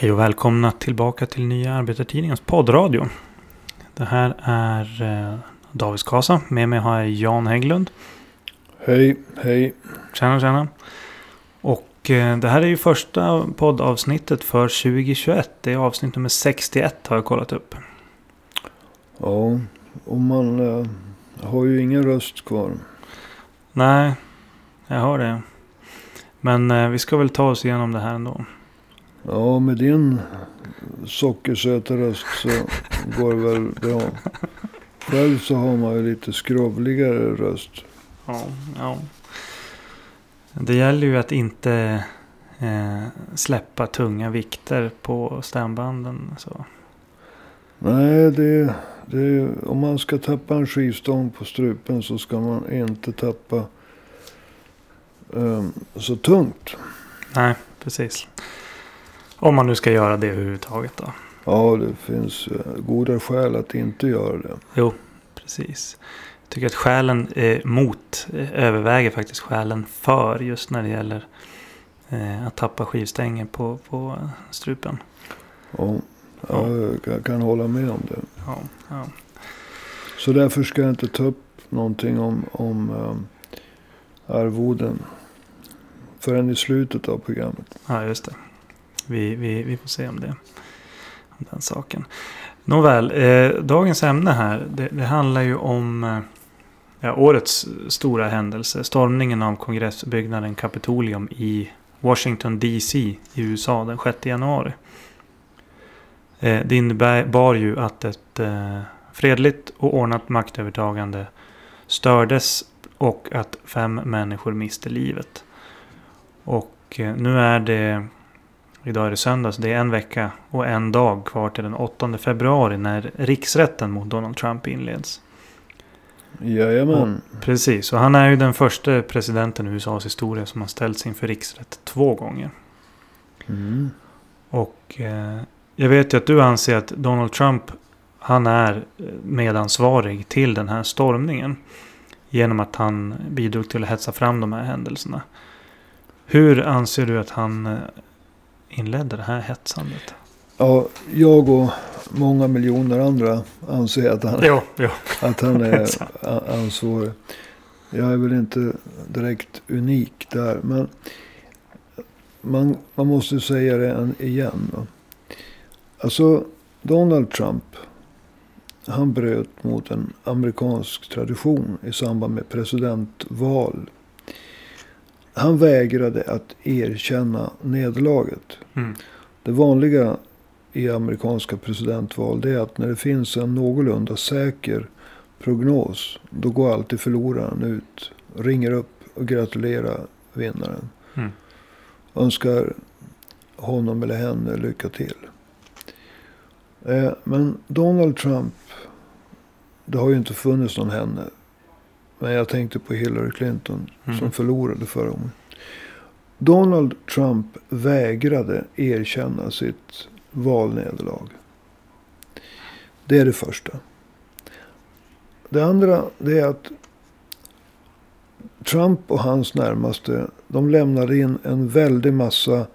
Hej och välkomna tillbaka till Nya Arbetartidningens poddradio. Det här är David Skasa. Med mig har jag Jan Hägglund. Hej, hej. Tjena. Och det här är ju första poddavsnittet för 2021. Det är avsnitt nummer 61 har jag kollat upp. Ja, och man har ju ingen röst kvar. Nej, jag har det. Men vi ska väl ta oss igenom det här ändå. Ja, med din sockersöta röst så går det väl bra. Själv så har man ju lite skrovligare röst. Ja. Det gäller ju att inte släppa tunga vikter på stämbanden. Så. Nej, det om man ska tappa en skivstång på strupen så ska man inte tappa så tungt. Nej, precis. Om man nu ska göra det överhuvudtaget då. Ja, det finns goda skäl att inte göra det. Jo, precis. Jag tycker att skälen mot överväger faktiskt skälen för just när det gäller att tappa skivstänger på strupen. Ja, jag kan hålla med om det. Ja. Så därför ska jag inte ta upp någonting om arvoden förrän i slutet av programmet. Ja, just det. Vi får se om den saken. Nåväl, dagens ämne här, det handlar ju om årets stora händelse. Stormningen av kongressbyggnaden Kapitolium i Washington DC i USA den 6 januari. Det innebar ju att ett fredligt och ordnat maktövertagande stördes och att 5 människor miste livet. Och nu är det... Idag är det söndag, så det är en vecka och en dag kvar till den 8 februari när riksrätten mot Donald Trump inleds. Jajamän. Precis, och han är ju den första presidenten i USAs historia som har ställts inför riksrätt 2 gånger. Mm. Och jag vet ju att du anser att Donald Trump, han är medansvarig till den här stormningen. Genom att han bidrog till att hetsa fram de här händelserna. Hur anser du att han inledde det här hetsandet? Ja, jag och många miljoner andra anser att att han är ansvarig. Jag är väl inte direkt unik där. Men man måste säga det igen. Då. Alltså Donald Trump, han bröt mot en amerikansk tradition i samband med presidentval. Han vägrade att erkänna nederlaget. Mm. Det vanliga i amerikanska presidentval det är att när det finns en någorlunda säker prognos, då går alltid förloraren ut, ringer upp och gratulerar vinnaren. Mm. Önskar honom eller henne lycka till. Men Donald Trump, det har ju inte funnits någon henne. Men jag tänkte på Hillary Clinton som förlorade förra gången. Donald Trump vägrade erkänna sitt valnederlag. Det är det första. Det andra det är att Trump och hans närmaste, de lämnade in en väldig massa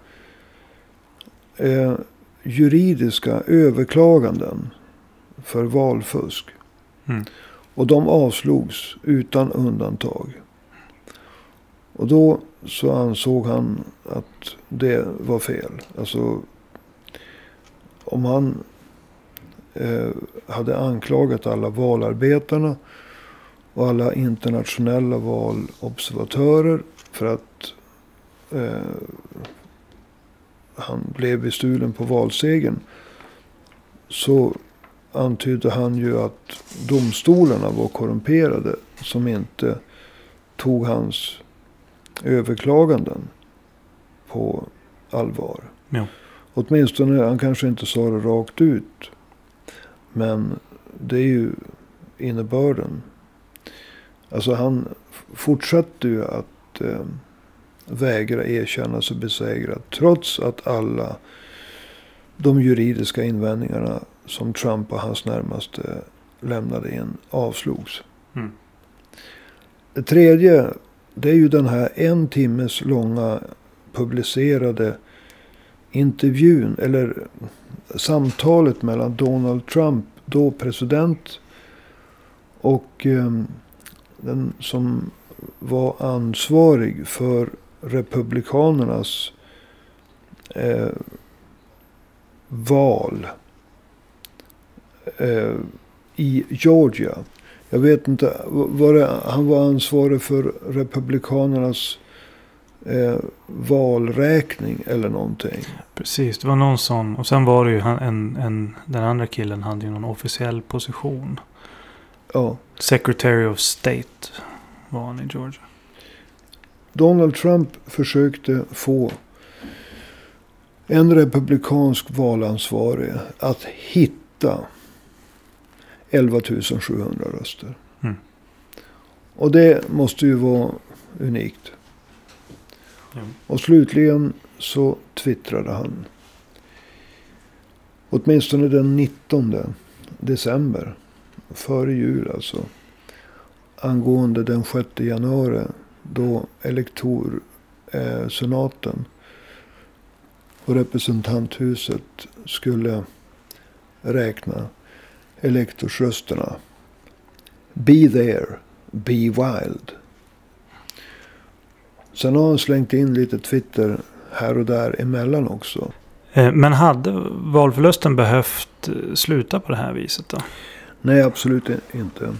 juridiska överklaganden för valfusk. Mm. Och de avslogs utan undantag. Och då så ansåg han att det var fel. Alltså om han hade anklagat alla valarbetarna och alla internationella valobservatörer för att han blev bestulen på valsegern, så antydde han ju att domstolarna var korrumperade som inte tog hans överklaganden på allvar. Ja. Åtminstone, han kanske inte sa det rakt ut. Men det är ju innebörden. Alltså han fortsatte ju att vägra erkänna sig besegrad. Trots att alla de juridiska invändningarna som Trump och hans närmaste lämnade in avslogs. Mm. Det tredje, det är ju den här 1 timmes långa publicerade intervjun eller samtalet mellan Donald Trump, då president, och den som var ansvarig för republikanernas val i Georgia. Jag vet inte, han var ansvarig för republikanernas valräkning eller någonting. Precis, det var någon sån. Och sen var det ju den andra killen hade ju någon officiell position. Ja. Secretary of State var han i Georgia. Donald Trump försökte få en republikansk valansvarig att hitta 11 700 röster. Mm. Och det måste ju vara unikt. Ja. Och slutligen så twittrade han. Åtminstone den 19 december. Före jul alltså. Angående den 6 januari. Då senaten och representanthuset skulle räkna elektorsrösterna. Be there, be wild. Sen har han slängt in lite Twitter här och där emellan också. Men hade valförlusten behövt sluta på det här viset då? Nej, absolut inte.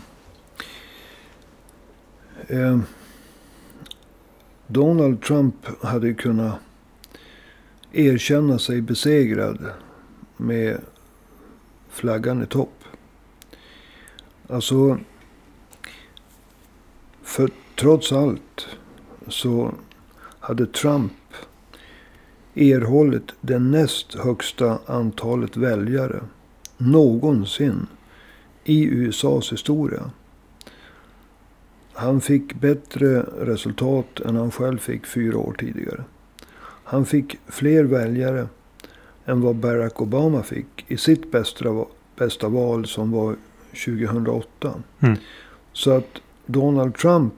Donald Trump hade kunnat erkänna sig besegrad med flaggan i topp. Alltså, för trots allt så hade Trump erhållit det näst högsta antalet väljare någonsin i USAs historia. Han fick bättre resultat än han själv fick 4 år tidigare. Han fick fler väljare än vad Barack Obama fick i sitt bästa val som var 2008. Mm. Så att Donald Trump,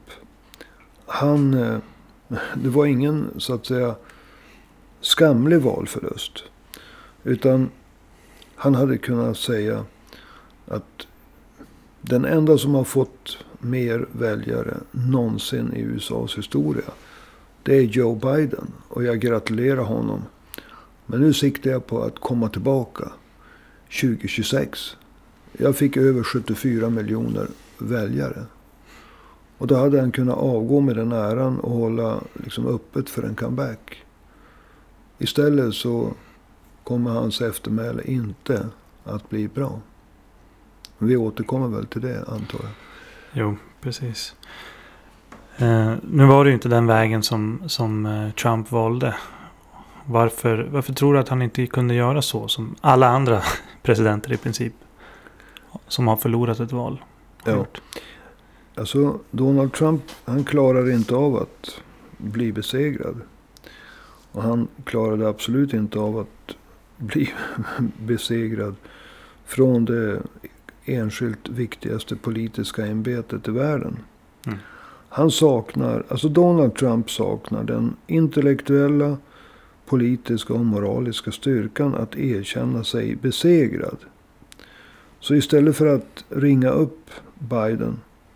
det var ingen så att säga skamlig valförlust. Utan han hade kunnat säga att den enda som har fått mer väljare någonsin i USAs historia, det är Joe Biden. Och jag gratulerar honom. Men nu siktar jag på att komma tillbaka 2026. Jag fick över 74 miljoner väljare. Och då hade han kunnat avgå med den äran och hålla liksom öppet för en comeback. Istället så kommer hans eftermäle inte att bli bra. Vi återkommer väl till det, antar jag. Jo, precis. Nu var det ju inte den vägen som Trump valde. Varför tror du att han inte kunde göra så som alla andra presidenter i princip som har förlorat ett val har gjort? Alltså, Donald Trump, han klarade inte av att bli besegrad. Och han klarade absolut inte av att bli besegrad från det enskilt viktigaste politiska ämbetet i världen. Mm. Donald Trump saknar den intellektuella, politiska och moraliska styrkan att erkänna sig besegrad. Så istället för att ringa upp Biden,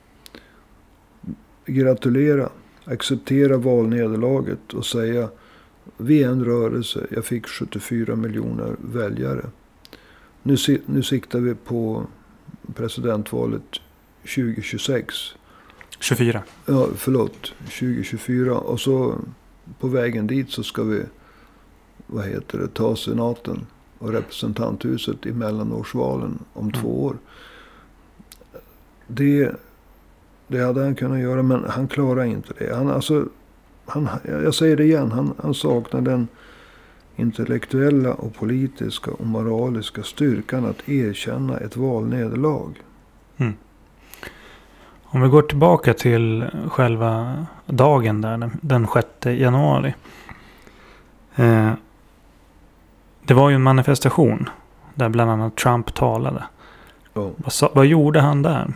gratulera, acceptera valnederlaget och säga vi är en rörelse, jag fick 74 miljoner väljare. Nu siktar vi på presidentvalet 2026. 24. Ja, 2024. Och så på vägen dit så ska vi ta senaten och representanthuset i mellanårsvalen om 2 år. Det hade han kunnat göra, men han klarar inte det. Jag säger det igen, han saknar den intellektuella och politiska och moraliska styrkan att erkänna ett valnederlag. Mm. Om vi går tillbaka till själva dagen där, den 6 januari. Det var ju en manifestation där bland annat Trump talade. Ja. Vad gjorde han där?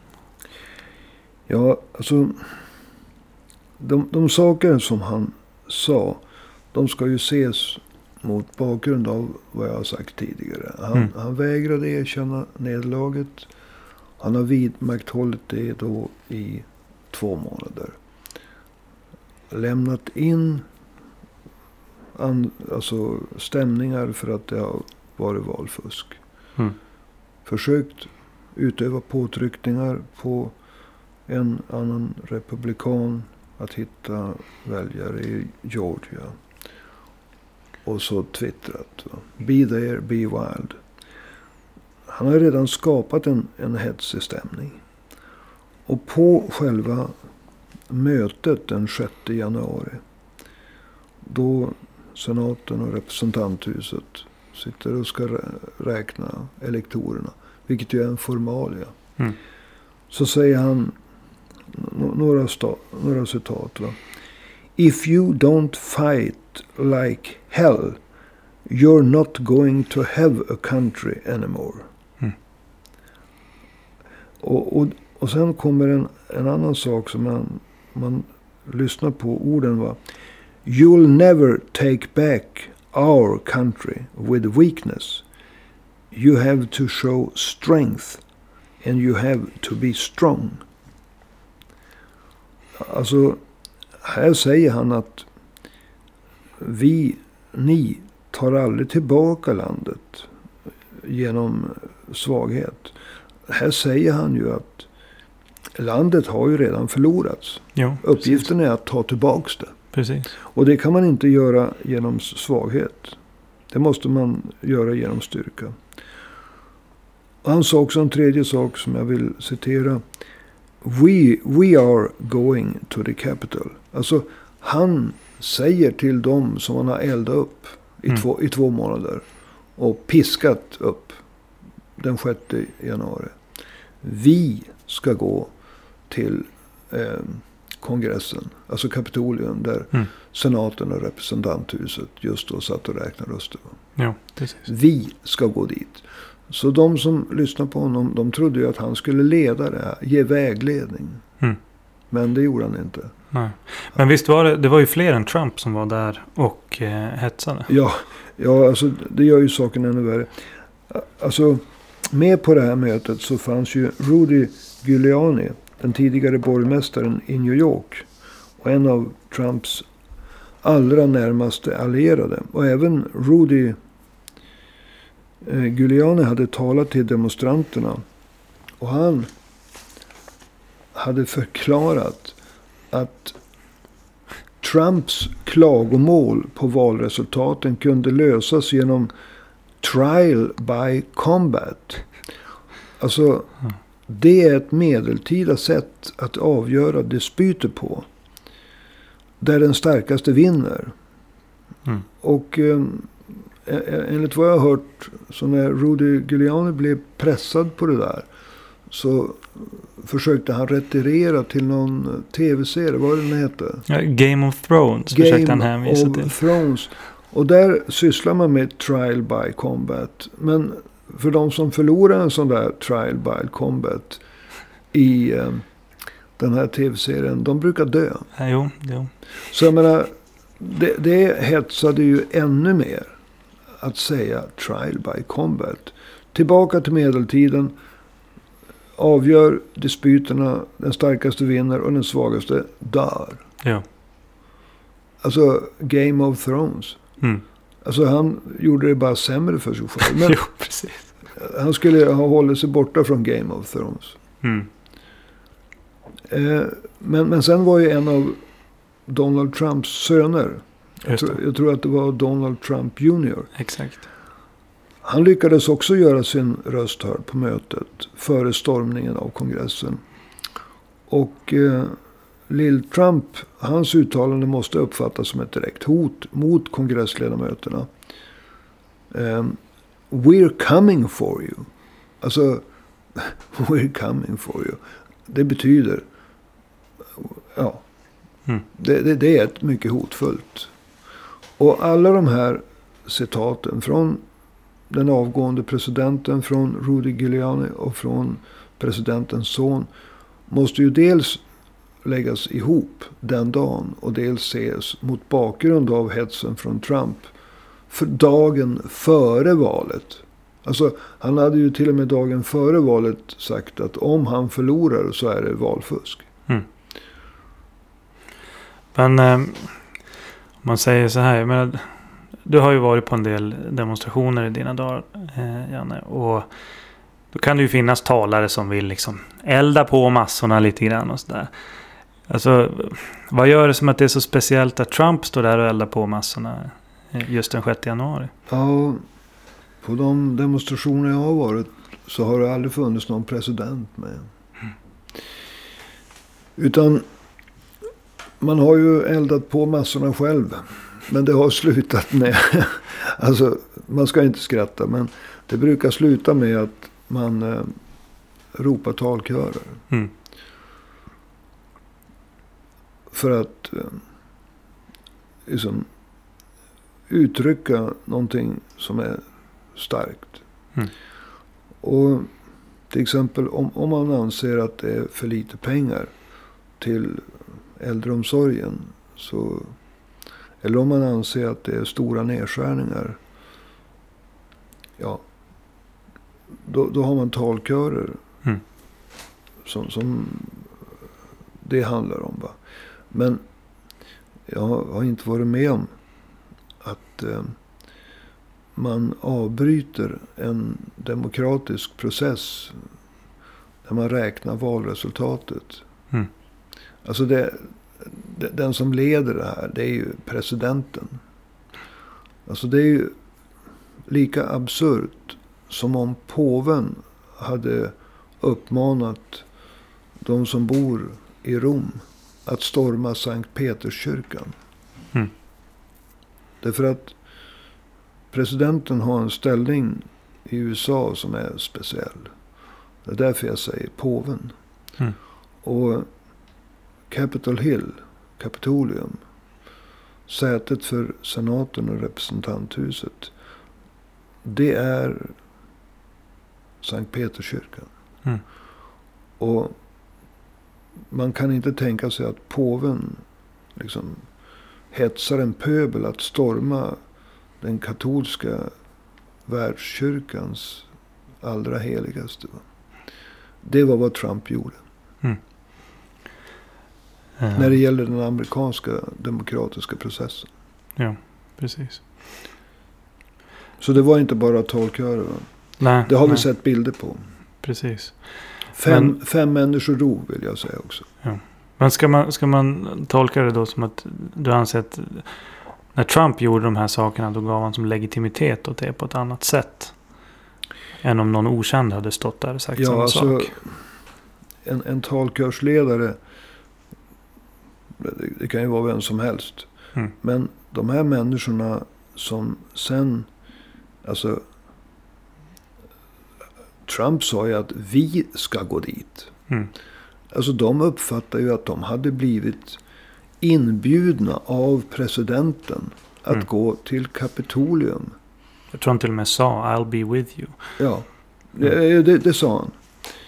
Ja, alltså de saker som han sa, de ska ju ses mot bakgrund av vad jag har sagt tidigare. Han vägrade erkänna nederlaget. Han har vidmakthållit det då i 2 månader. Lämnat in alltså stämningar för att det har varit valfusk. Försökt utöva påtryckningar på en annan republikan att hitta väljare i Georgia. Och så twittrat. Be there, be wild. Han har redan skapat en hetsig stämning. Och på själva mötet den 6 januari. Då senaten och representanthuset sitter och ska räkna elektorerna. Vilket ju är en formalia. Så säger han några citat. Va? If you don't fight like hell, you're not going to have a country anymore. Och sen kommer en annan sak som man lyssnar på orden. Va? You'll never take back our country with weakness. You have to show strength and you have to be strong. Alltså, här säger han att ni tar aldrig tillbaka landet genom svaghet. Här säger han ju att landet har ju redan förlorats. Jo, uppgiften är att ta tillbaka det. Precis. Och det kan man inte göra genom svaghet. Det måste man göra genom styrka. Och han sa också en tredje sak som jag vill citera. We are going to the capital. Alltså han säger till dem som han har eldat upp i 2 månader. Och piskat upp den 6 januari. Vi ska gå till kongressen. Alltså Kapitolium där senaten och representanthuset just då satt och räknade röster. Ja, precis. Vi ska gå dit. Så de som lyssnade på honom, de trodde ju att han skulle leda det här, ge vägledning. Men det gjorde han inte. Nej. Men visst var det var ju fler än Trump som var där och hetsade. Ja, alltså det gör ju saken ännu värre. Alltså med på det här mötet så fanns ju Rudy Giuliani, den tidigare borgmästaren i New York. Och en av Trumps allra närmaste allierade. Och även Rudy Giuliani hade talat till demonstranterna. Och han hade förklarat att Trumps klagomål på valresultaten kunde lösas genom trial by combat. Alltså det är ett medeltida sätt att avgöra dispyter på. Där den starkaste vinner. Och enligt vad jag har hört, så när Rudy Giuliani blev pressad på det där, så försökte han retirera till någon tv-serie. Vad den heter? Ja, Game of Thrones försökte han hänvisa till. Game of Thrones. Och där sysslar man med trial by combat. Men för de som förlorar en sån där trial by combat i den här tv-serien, de brukar dö. Ja, jo. Så jag menar, det hetsade ju ännu mer att säga trial by combat. Tillbaka till medeltiden. Avgör dispyterna, den starkaste vinner och den svagaste dör. Ja. Alltså Game of Thrones. Alltså han gjorde det bara sämre för sig själv. Men jo, precis. Han skulle ha hållit sig borta från Game of Thrones. Men sen var ju en av Donald Trumps söner. Jag tror att det var Donald Trump Jr. Exakt. Han lyckades också göra sin röst hörd på mötet före stormningen av kongressen. Och Lill-Trump, hans uttalande måste uppfattas som ett direkt hot mot kongressledamöterna. We're coming for you. Alltså, we're coming for you. Det betyder, ja, det är ett mycket hotfullt. Och alla de här citaten från den avgående presidenten, från Rudy Giuliani och från presidentens son måste ju dels läggas ihop den dagen och dels ses mot bakgrund av hetsen från Trump för dagen före valet. Alltså han hade ju till och med dagen före valet sagt att om han förlorar så är det valfusk. Mm. Men om man säger så här, jag menar, du har ju varit på en del demonstrationer i dina dagar, Janne, och då kan det ju finnas talare som vill liksom elda på massorna lite grann och sådär. Alltså, vad gör det som att det är så speciellt att Trump står där och eldar på massorna just den 6 januari? Ja, på de demonstrationer jag har varit så har det aldrig funnits någon president med. Mm. Utan man har ju eldat på massorna själv. Men det har slutat med, alltså man ska inte skratta, men det brukar sluta med att man ropar talkörer. Mm. För att liksom uttrycka någonting som är starkt. Mm. Och till exempel om man anser att det är för lite pengar till äldreomsorgen, så, eller om man anser att det är stora nedskärningar, ja, då har man talkörer som det handlar om. Va? Men jag har inte varit med om att man avbryter en demokratisk process när man räknar valresultatet. Mm. Alltså den som leder det här, det är ju presidenten. Alltså det är ju lika absurt som om påven hade uppmanat de som bor i Rom att storma Sankt Peterskyrkan. Mm. Därför att presidenten har en ställning i USA som är speciell. Det är därför jag säger påven. Mm. Och Capitol Hill, Kapitolium, sätet för senaten och representanthuset, det är Sankt Peterskyrkan. Mm. Och man kan inte tänka sig att påven liksom hetsar en pöbel att storma den katolska världskyrkans allra heligaste. Det var vad Trump gjorde. Mm. När det gäller den amerikanska demokratiska processen. Ja, precis. Så det var inte bara talkörer. Nej, det har vi sett bilder på. Precis. Fem människor dog, vill jag säga också. Ja. Men ska man tolka det då som att du anser att när Trump gjorde de här sakerna, då gav han som legitimitet åt det på ett annat sätt än om någon okänd hade stått där och sagt samma sak? En talkörsledare, det kan ju vara vem som helst. Mm. Men de här människorna som sen, alltså Trump sa ju att vi ska gå dit. Mm. Alltså de uppfattar ju att de hade blivit inbjudna av presidenten att gå till Kapitolium. Jag tror han till och med sa I'll be with you. Ja, det sa han.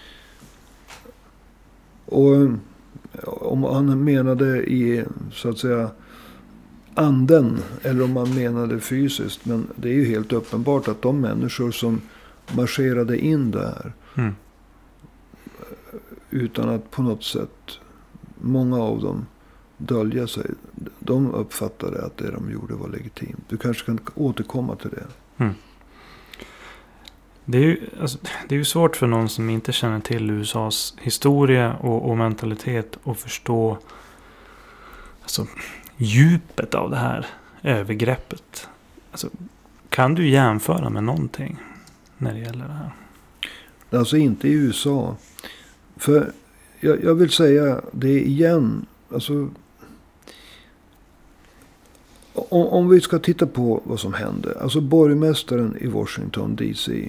Och om han menade i, så att säga, anden eller om han menade fysiskt. Men det är ju helt uppenbart att de människor som marscherade in där utan att på något sätt, många av dem dölja sig, de uppfattade att det de gjorde var legitimt. Du kanske kan återkomma till det. Mm. Det är ju svårt för någon som inte känner till USAs historia och mentalitet att förstå alltså, djupet av det här övergreppet. Alltså, kan du jämföra med någonting när det gäller det här? Alltså inte i USA. För jag vill säga det igen. Alltså, om vi ska titta på vad som hände. Alltså borgmästaren i Washington DC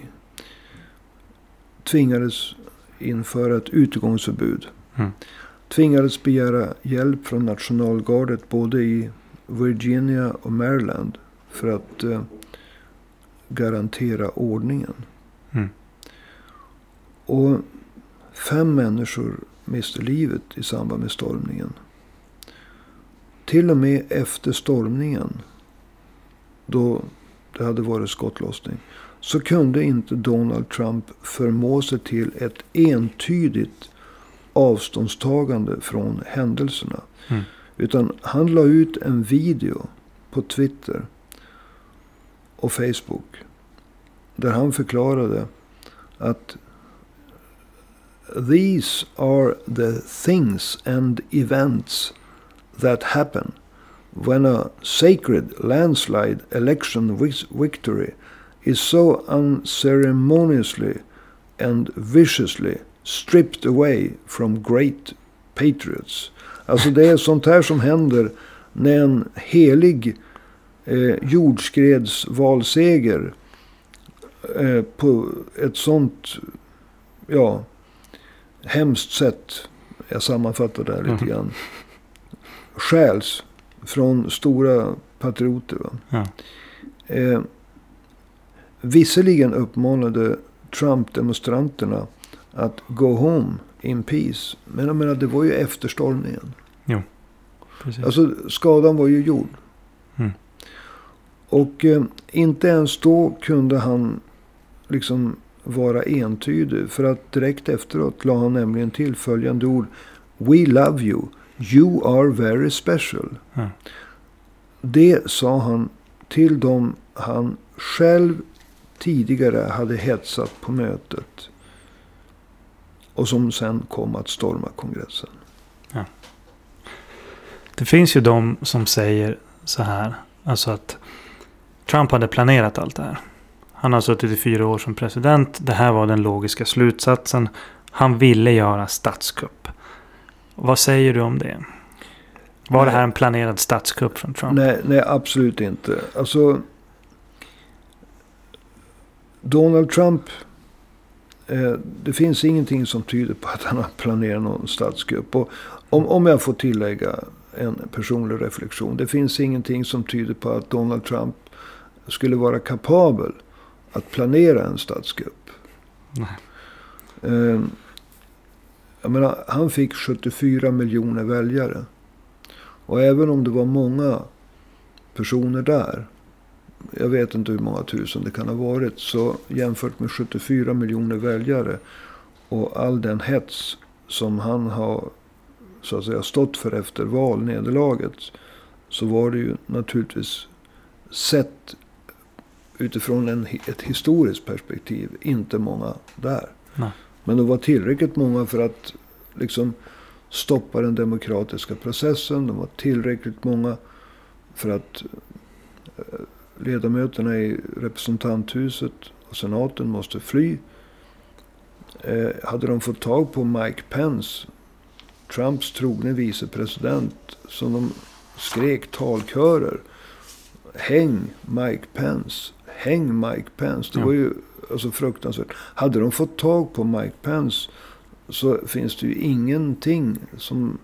tvingades införa ett utegångsförbud. Mm. Tvingades begära hjälp från nationalgardet både i Virginia och Maryland för att garantera ordningen. Mm. Och 5 människor miste livet i samband med stormningen. Till och med efter stormningen, då det hade varit skottlossning, så kunde inte Donald Trump förmå sig till ett entydigt avståndstagande från händelserna. Utan han la ut en video på Twitter och Facebook där han förklarade att these are the things and events that happen when a sacred landslide election victory is so unceremoniously and viciously stripped away from great patriots. Alltså det är sånt här som händer när en helig jordskredsvalseger på ett sånt hemskt sätt, jag sammanfattar det här lite grann, stjäls från stora patrioter. Va? Ja. Visserligen uppmanade Trump-demonstranterna att go home in peace. Men jag menar, det var ju efterstormningen. Jo, precis. Alltså skadan var ju gjord. Och inte ens då kunde han liksom vara entydig. För att direkt efteråt la han nämligen till följande ord: We love you. You are very special. Det sa han till dem han själv tidigare hade hetsat på mötet. Och som sen kom att storma kongressen. Ja. Det finns ju de som säger så här. Alltså att Trump hade planerat allt det här. Han har suttit i 4 år som president. Det här var den logiska slutsatsen. Han ville göra statskupp. Vad säger du om det? Var det här en planerad statskupp från Trump? Nej, absolut inte. Alltså, Donald Trump, det finns ingenting som tyder på att han har planerat någon statskupp. Och om jag får tillägga en personlig reflektion. Det finns ingenting som tyder på att Donald Trump skulle vara kapabel att planera en statskupp. Nej. Jag menar, han fick 74 miljoner väljare. Och även om det var många personer där, jag vet inte hur många tusen det kan ha varit, så jämfört med 74 miljoner väljare och all den hets som han har så att säga stått för efter valnederlaget, så var det ju naturligtvis sett utifrån ett historiskt perspektiv inte många där. Nej. Men det var tillräckligt många för att liksom stoppa den demokratiska processen. Det var tillräckligt många för att ledamöterna i representanthuset och senaten måste fly. Hade de fått tag på Mike Pence, Trumps trogne vicepresident, som de skrek talkörer: häng Mike Pence, häng Mike Pence. Det var ju alltså fruktansvärt. Hade de fått tag på Mike Pence, så finns det ju ingenting som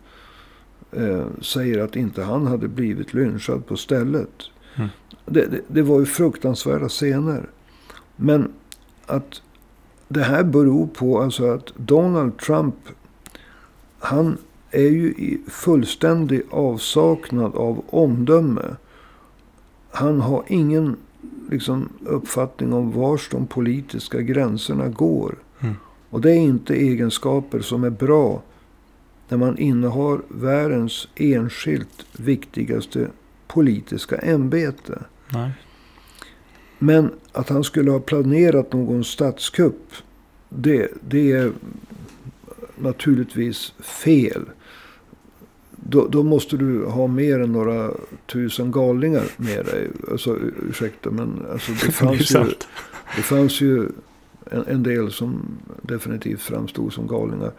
säger att inte han hade blivit lynchad på stället. Det var ju fruktansvärda scener. Men att det här beror på alltså att Donald Trump, han är ju i fullständig avsaknad av omdöme. Han har ingen liksom uppfattning om var de politiska gränserna går. Och det är inte egenskaper som är bra när man innehar världens enskilt viktigaste politiska ämbete. Nej. Men att han skulle ha planerat någon statskupp, det är naturligtvis fel. Då måste du ha mer än några tusen galningar med dig. Alltså, ursäkta, men alltså, det fanns ju en del som definitivt framstod som galningar.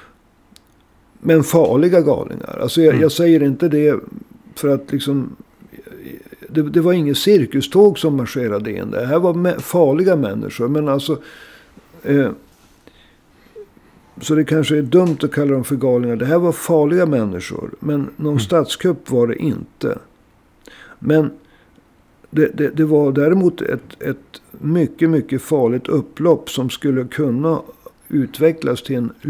Men farliga galningar. Alltså jag säger inte det för att liksom... Det var ingen cirkuståg som marscherade in. Det här var farliga människor. Men alltså... Så det kanske är dumt att kalla dem för galningar. Det här var farliga människor. Men någon statskupp var det inte. Men det var däremot ett mycket, mycket farligt upplopp som skulle kunna utvecklas till en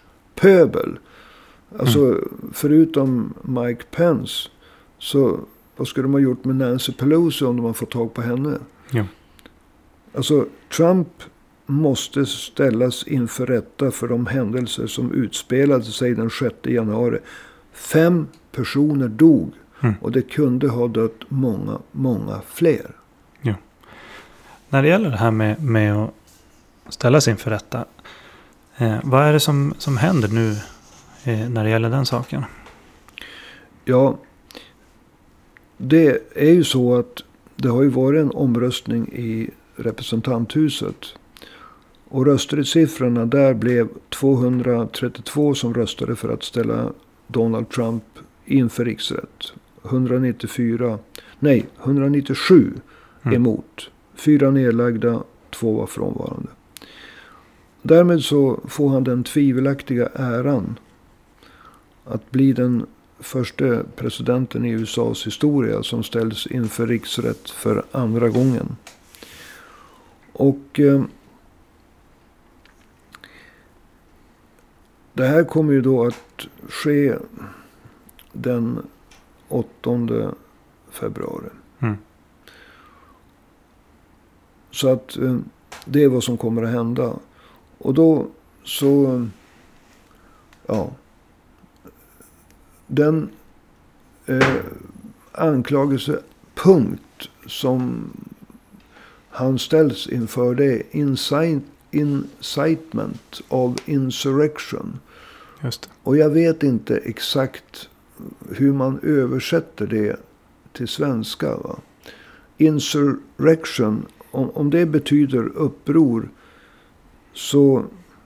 lynchpöbel. Alltså förutom Mike Pence så vad skulle de ha gjort med Nancy Pelosi om de har fått tag på henne? Ja. Alltså Trump måste ställas inför rätta för de händelser som utspelade sig den 6 januari. 5 personer dog. Och det kunde ha dött många, många fler. Ja. När det gäller det här med att ställas inför rätta. Vad är det som händer nu när det gäller den saken? Ja, det är ju så att det har ju varit en omröstning i representanthuset. Och röstsiffrorna där blev 232 som röstade för att ställa Donald Trump inför riksrätt. 197 emot. 4 nedlagda, 2 var frånvarande. Därmed så får han den tvivelaktiga äran att bli den första presidenten i USAs historia som ställs inför riksrätt för andra gången. Och det här kommer ju då att ske den 8 februari. Så att det är vad som kommer att hända. Och då så, ja, den anklagelsepunkt som han ställs inför, det är incitement of insurrection. Just det. Och jag vet inte exakt hur man översätter det till svenska. Va? Insurrection, om det betyder uppror, så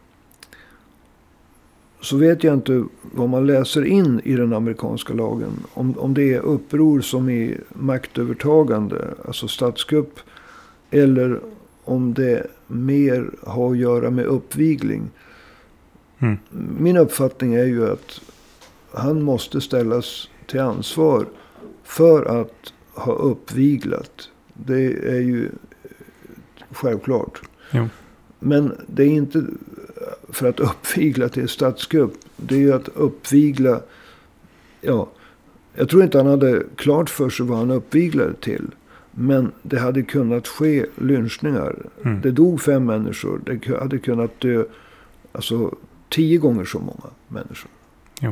vet jag inte vad man läser in i den amerikanska lagen. Om det är uppror som är maktövertagande, alltså statskupp, eller om det mer har att göra med uppvigling. Min uppfattning är ju att han måste ställas till ansvar för att ha uppviglat. Det är ju självklart. Jo. Men det är inte för att uppvigla till statskupp. Det är ju att uppvigla. Ja, jag tror inte han hade klart för sig vad han uppviglade till. Men det hade kunnat ske lynchningar. Det dog 5 människor. Det hade kunnat dö 10 gånger så många människor. Jo.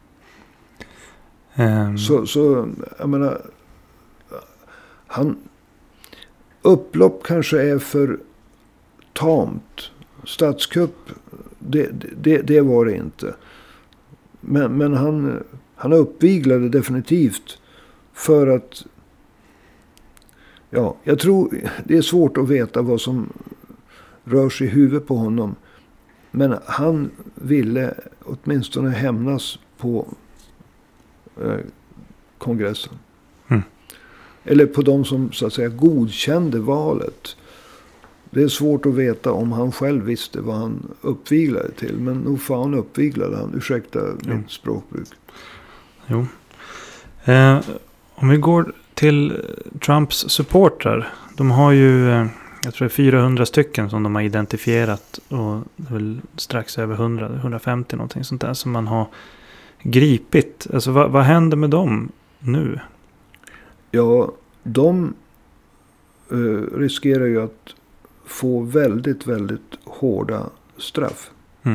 Så jag menar, upplopp kanske är för tamt. Statskupp, det var det inte. Men han uppviglade definitivt för att, ja, jag tror det är svårt att veta vad som rör sig i huvudet på honom. Men han ville åtminstone hämnas på kongressen. Eller på de som så att säga godkände valet. Det är svårt att veta om han själv visste vad han uppviglade till. Men nog fan uppviglade han. Ursäkta mitt språkbruk. Jo. Om vi går till Trumps supportrar. De har ju, jag tror det är 400 stycken som de har identifierat. Och det är väl strax över 150 någonting sånt där som man har gripit. Alltså vad händer med dem nu? Ja, de riskerar ju att få väldigt, väldigt hårda straff.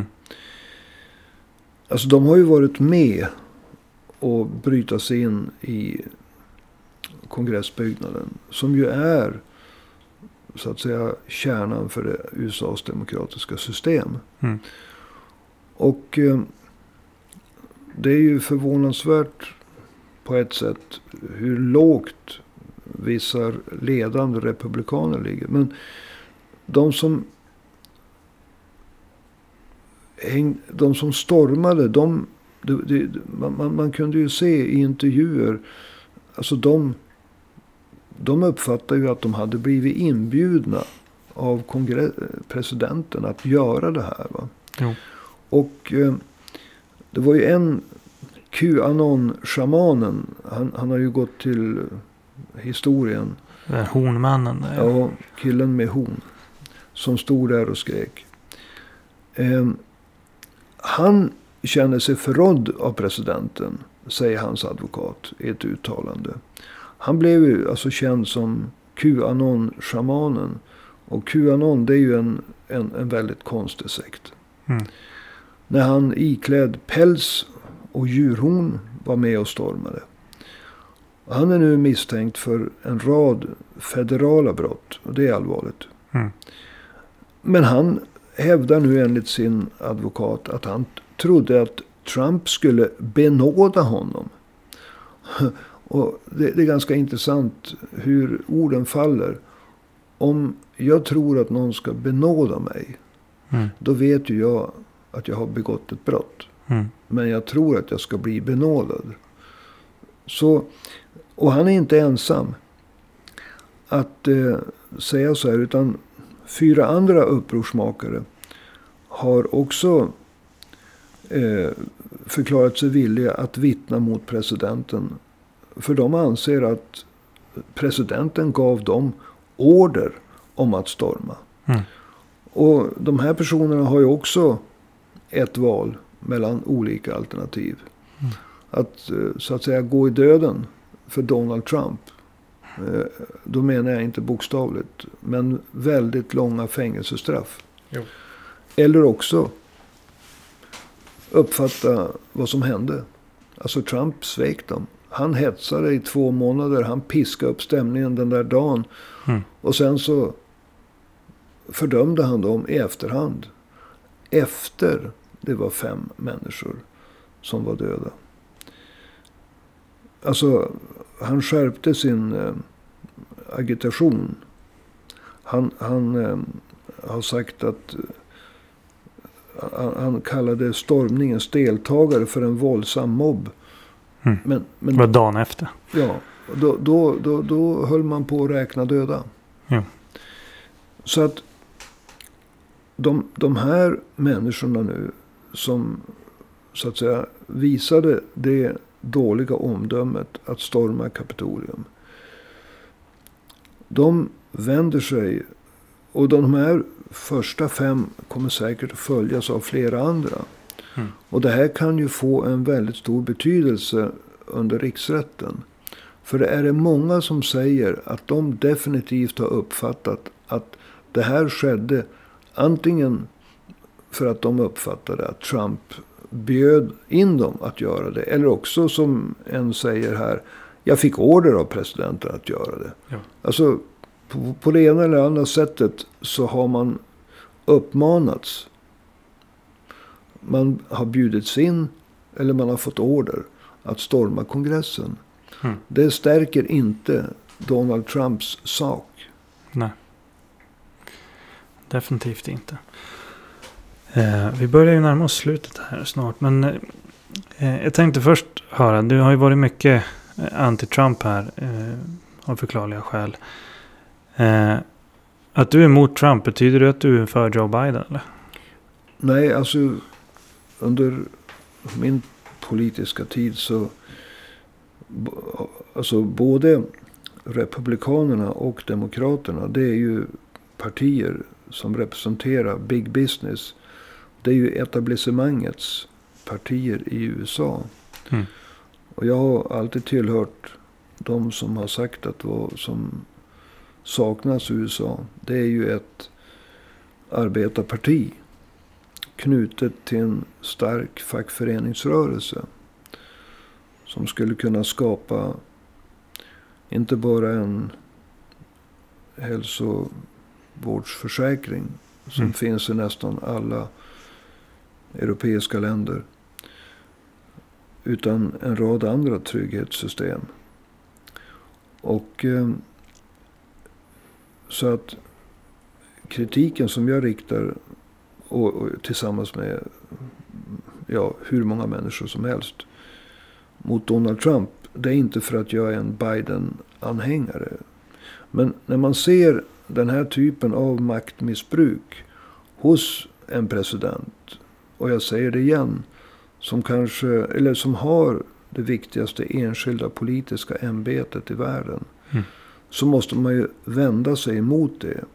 Alltså de har ju varit med och bryta sig in i kongressbyggnaden. Som ju är så att säga kärnan för USAs demokratiska system. Och det är ju förvånansvärt på ett sätt hur lågt vissa ledande republikaner ligger. Men de som stormade, man kunde ju se i intervjuer, alltså de uppfattar ju att de hade blivit inbjudna av presidenten att göra det här. Va? Jo. Och det var ju en QAnon-shamanen, han har ju gått till historien. Hornmannen. Ja, killen med horn. Som stod där och skrek. Han känner sig förrådd av presidenten, säger hans advokat i ett uttalande. Han blev ju alltså känd som QAnon-shamanen. Och QAnon, det är ju en väldigt konstig sekt. Mm. När han iklädd päls och djurhorn var med och stormade. Han är nu misstänkt för en rad federala brott. Och det är allvarligt. Mm. Men han hävdar nu enligt sin advokat att han trodde att Trump skulle benåda honom. Och det är ganska intressant hur orden faller. Om jag tror att någon ska benåda mig. Då vet ju jag att jag har begått ett brott. Men jag tror att jag ska bli benådad. Så, och han är inte ensam att säga så här. Utan 4 andra upprorsmakare har också förklarat sig villiga att vittna mot presidenten. För de anser att presidenten gav dem order om att storma. Och de här personerna har ju också ett val mellan olika alternativ. Att så att säga gå i döden för Donald Trump. Då menar jag inte bokstavligt. Men väldigt långa fängelsestraff. Jo. Eller också uppfatta vad som hände. Alltså Trump svek dem. Han hetsade i 2 månader. Han piskade upp stämningen den där dagen. Och sen så fördömde han dem i efterhand. Efter det var 5 människor som var döda. Alltså han skärpte sin agitation. Han har sagt att han kallade stormningens deltagare för en våldsam mobb. Men det var dagen efter. Ja, då höll man på att räkna döda. Ja. Så att de här människorna nu som så att säga visade det dåliga omdömet att storma Kapitolium. De vänder sig, och de här första 5 kommer säkert att följas av flera andra. Och det här kan ju få en väldigt stor betydelse under riksrätten. För det är det många som säger att de definitivt har uppfattat att det här skedde antingen för att de uppfattade att Trump bjöd in dem att göra det. Eller också som en säger här, jag fick order av presidenten att göra det. Ja. Alltså på det ena eller andra sättet så har man uppmanats. Man har bjudits in eller man har fått order att storma kongressen. Det stärker inte Donald Trumps sak. Nej. Definitivt inte. Vi börjar ju närma oss slutet här snart. Men jag tänkte först höra. Du har ju varit mycket anti-Trump här. Av förklarliga skäl. Att du är emot Trump. Betyder det att du är för Joe Biden? Eller? Nej, alltså under min politiska tid så. Alltså både republikanerna och demokraterna. Det är ju partier som representerar big business. Det är ju etablissemangets partier i USA. Och jag har alltid tillhört de som har sagt att vad som saknas i USA. Det är ju ett arbetarparti. Knutet till en stark fackföreningsrörelse. Som skulle kunna skapa inte bara en hälsovårdsförsäkring som finns i nästan alla europeiska länder. Utan en rad andra trygghetssystem. Och så att kritiken som jag riktar och tillsammans med hur många människor som helst mot Donald Trump, det är inte för att jag är en Biden-anhängare. Men när man ser den här typen av maktmissbruk hos en president, och jag säger det igen, som har det viktigaste enskilda politiska ämbetet i världen, så måste man ju vända sig emot det.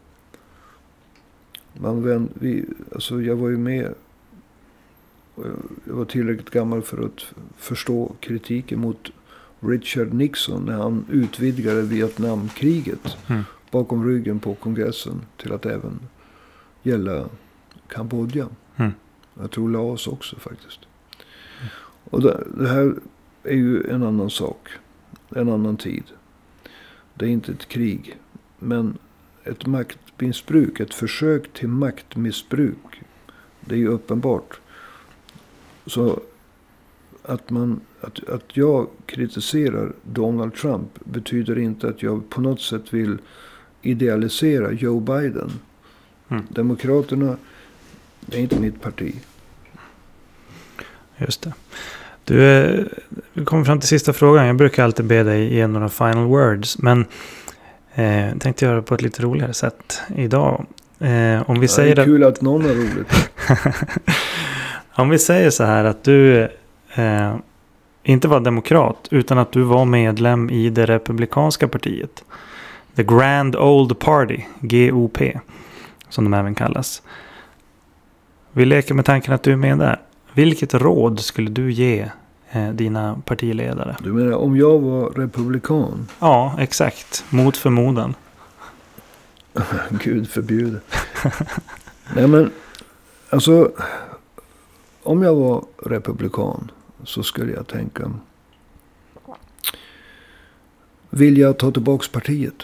Jag var ju med. Jag var tillräckligt gammal för att förstå kritiken mot Richard Nixon när han utvidgade Vietnamkriget bakom ryggen på kongressen till att även gälla Kambodja. Jag tror Laos också faktiskt. Och det här är ju en annan sak. En annan tid. Det är inte ett krig. Men ett maktmissbruk, ett försök till maktmissbruk. Det är ju uppenbart. Så att jag kritiserar Donald Trump betyder inte att jag på något sätt vill idealisera Joe Biden. Demokraterna är inte mitt parti. Just det. Vi kommer fram till sista frågan. Jag brukar alltid be dig ge några final words. Men jag tänkte göra det på ett lite roligare sätt idag. Om vi säger det är kul att någon är roligt. Om vi säger så här att du inte var demokrat utan att du var medlem i det republikanska partiet. The Grand Old Party, GOP, som de även kallas. Vi leker med tanken att du är med där. Vilket råd skulle du ge dina partiledare? Du menar om jag var republikan? Ja, exakt. Mot förmodan. Gud förbjude. Nej men, alltså, om jag var republikan så skulle jag tänka, vill jag ta tillbaka partiet?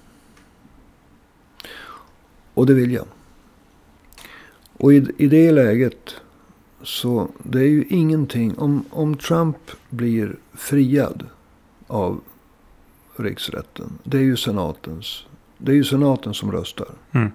Och det vill jag. Och i det läget så det är ju ingenting. Om Trump blir friad av riksrätten. Det är ju senaten som röstar.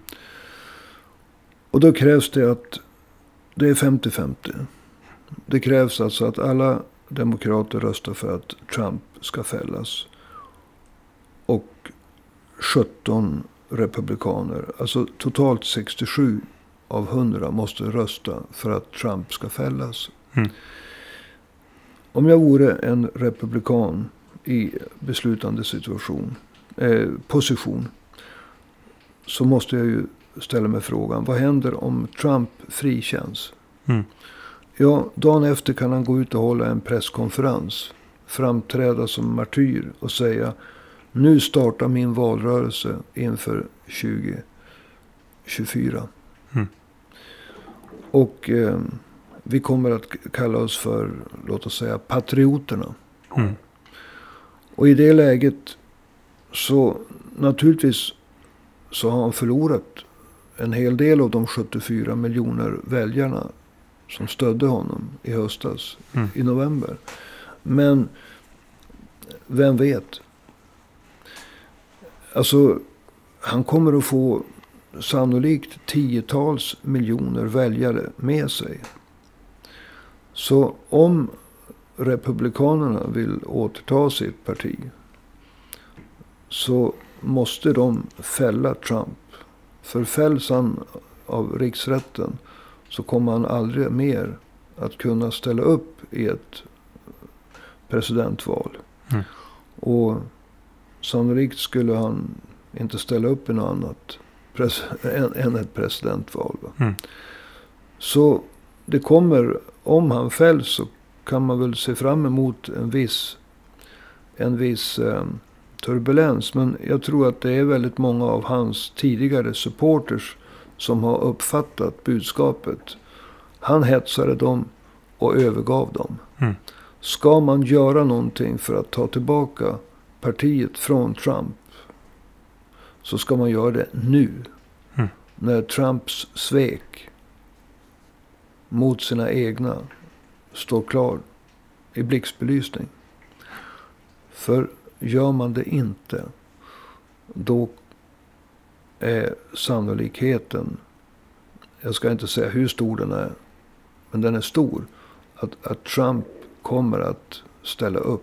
Och då krävs det att det är 50-50. Det krävs alltså att alla demokrater röstar för att Trump ska fällas. Och 17 republikaner, alltså totalt 67 av 100 måste rösta för att Trump ska fällas. Om jag vore en republikan i beslutande position så måste jag ju ställa mig frågan, vad händer om Trump frikänns? Ja, dagen efter kan han gå ut och hålla en presskonferens, framträda som martyr och säga, nu startar min valrörelse inför 2024. Och vi kommer att kalla oss för, låt oss säga, patrioterna. Och i det läget så naturligtvis så har han förlorat en hel del av de 74 miljoner väljarna som stödde honom i höstas, i november. Men vem vet? Alltså, han kommer att få sannolikt 10-tals miljoner väljare med sig. Så om republikanerna vill återta sitt parti så måste de fälla Trump. För fälls han av riksrätten så kommer han aldrig mer att kunna ställa upp i ett presidentval. Och sannolikt skulle han inte ställa upp i något annat än ett presidentval. Så det kommer, om han fälls så kan man väl se fram emot en viss turbulens. Men jag tror att det är väldigt många av hans tidigare supporters som har uppfattat budskapet. Han hetsade dem och övergav dem. Ska man göra någonting för att ta tillbaka partiet från Trump så ska man göra det nu. När Trumps svek mot sina egna står klar i blixtbelysning. För gör man det inte, då är sannolikheten, jag ska inte säga hur stor den är, men den är stor, att Trump kommer att ställa upp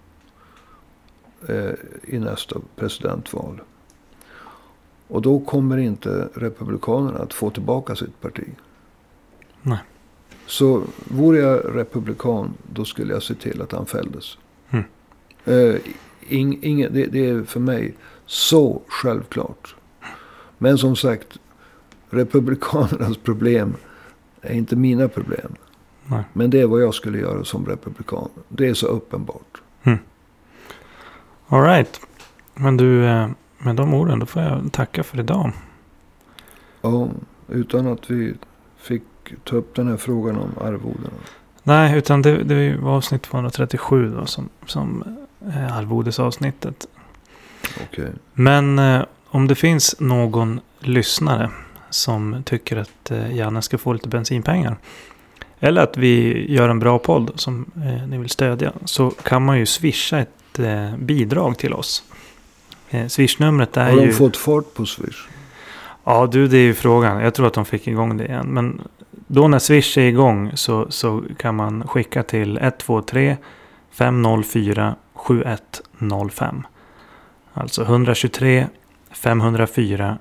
i nästa presidentval. Och då kommer inte republikanerna att få tillbaka sitt parti. Nej. Så vore jag republikan, då skulle jag se till att han fälldes. Det är för mig så självklart. Men som sagt, republikanernas problem är inte mina problem. Nej. Men det är vad jag skulle göra som republikan. Det är så uppenbart. All right. Men du, med de orden då får jag tacka för idag. Ja, utan att vi fick ta upp den här frågan om arvodena. Nej, utan det var avsnitt 237 då som arvodesavsnittet. Okej. Men om det finns någon lyssnare som tycker att Janne ska få lite bensinpengar. Eller att vi gör en bra podd som ni vill stödja. Så kan man ju swisha ett bidrag till oss. Swishnumret är ju... Har de fått fart på Swish? Ja, det är ju frågan. Jag tror att de fick igång det igen. Men då när Swish är igång så kan man skicka till 123 504 7105. Alltså 123 504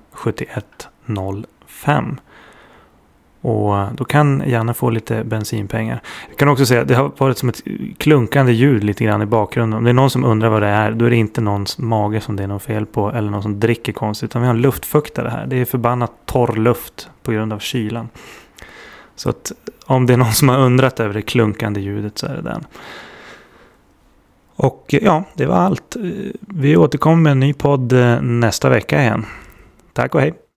7105. Och då kan Janne få lite bensinpengar. Jag kan också säga att det har varit som ett klunkande ljud lite grann i bakgrunden. Om det är någon som undrar vad det är, då är det inte någons mage som det är något fel på. Eller någon som dricker konstigt. Utan vi har en luftfuktare här. Det är förbannat torr luft på grund av kylan. Så att om det är någon som har undrat över det klunkande ljudet så är det den. Och ja, det var allt. Vi återkommer med en ny podd nästa vecka igen. Tack och hej!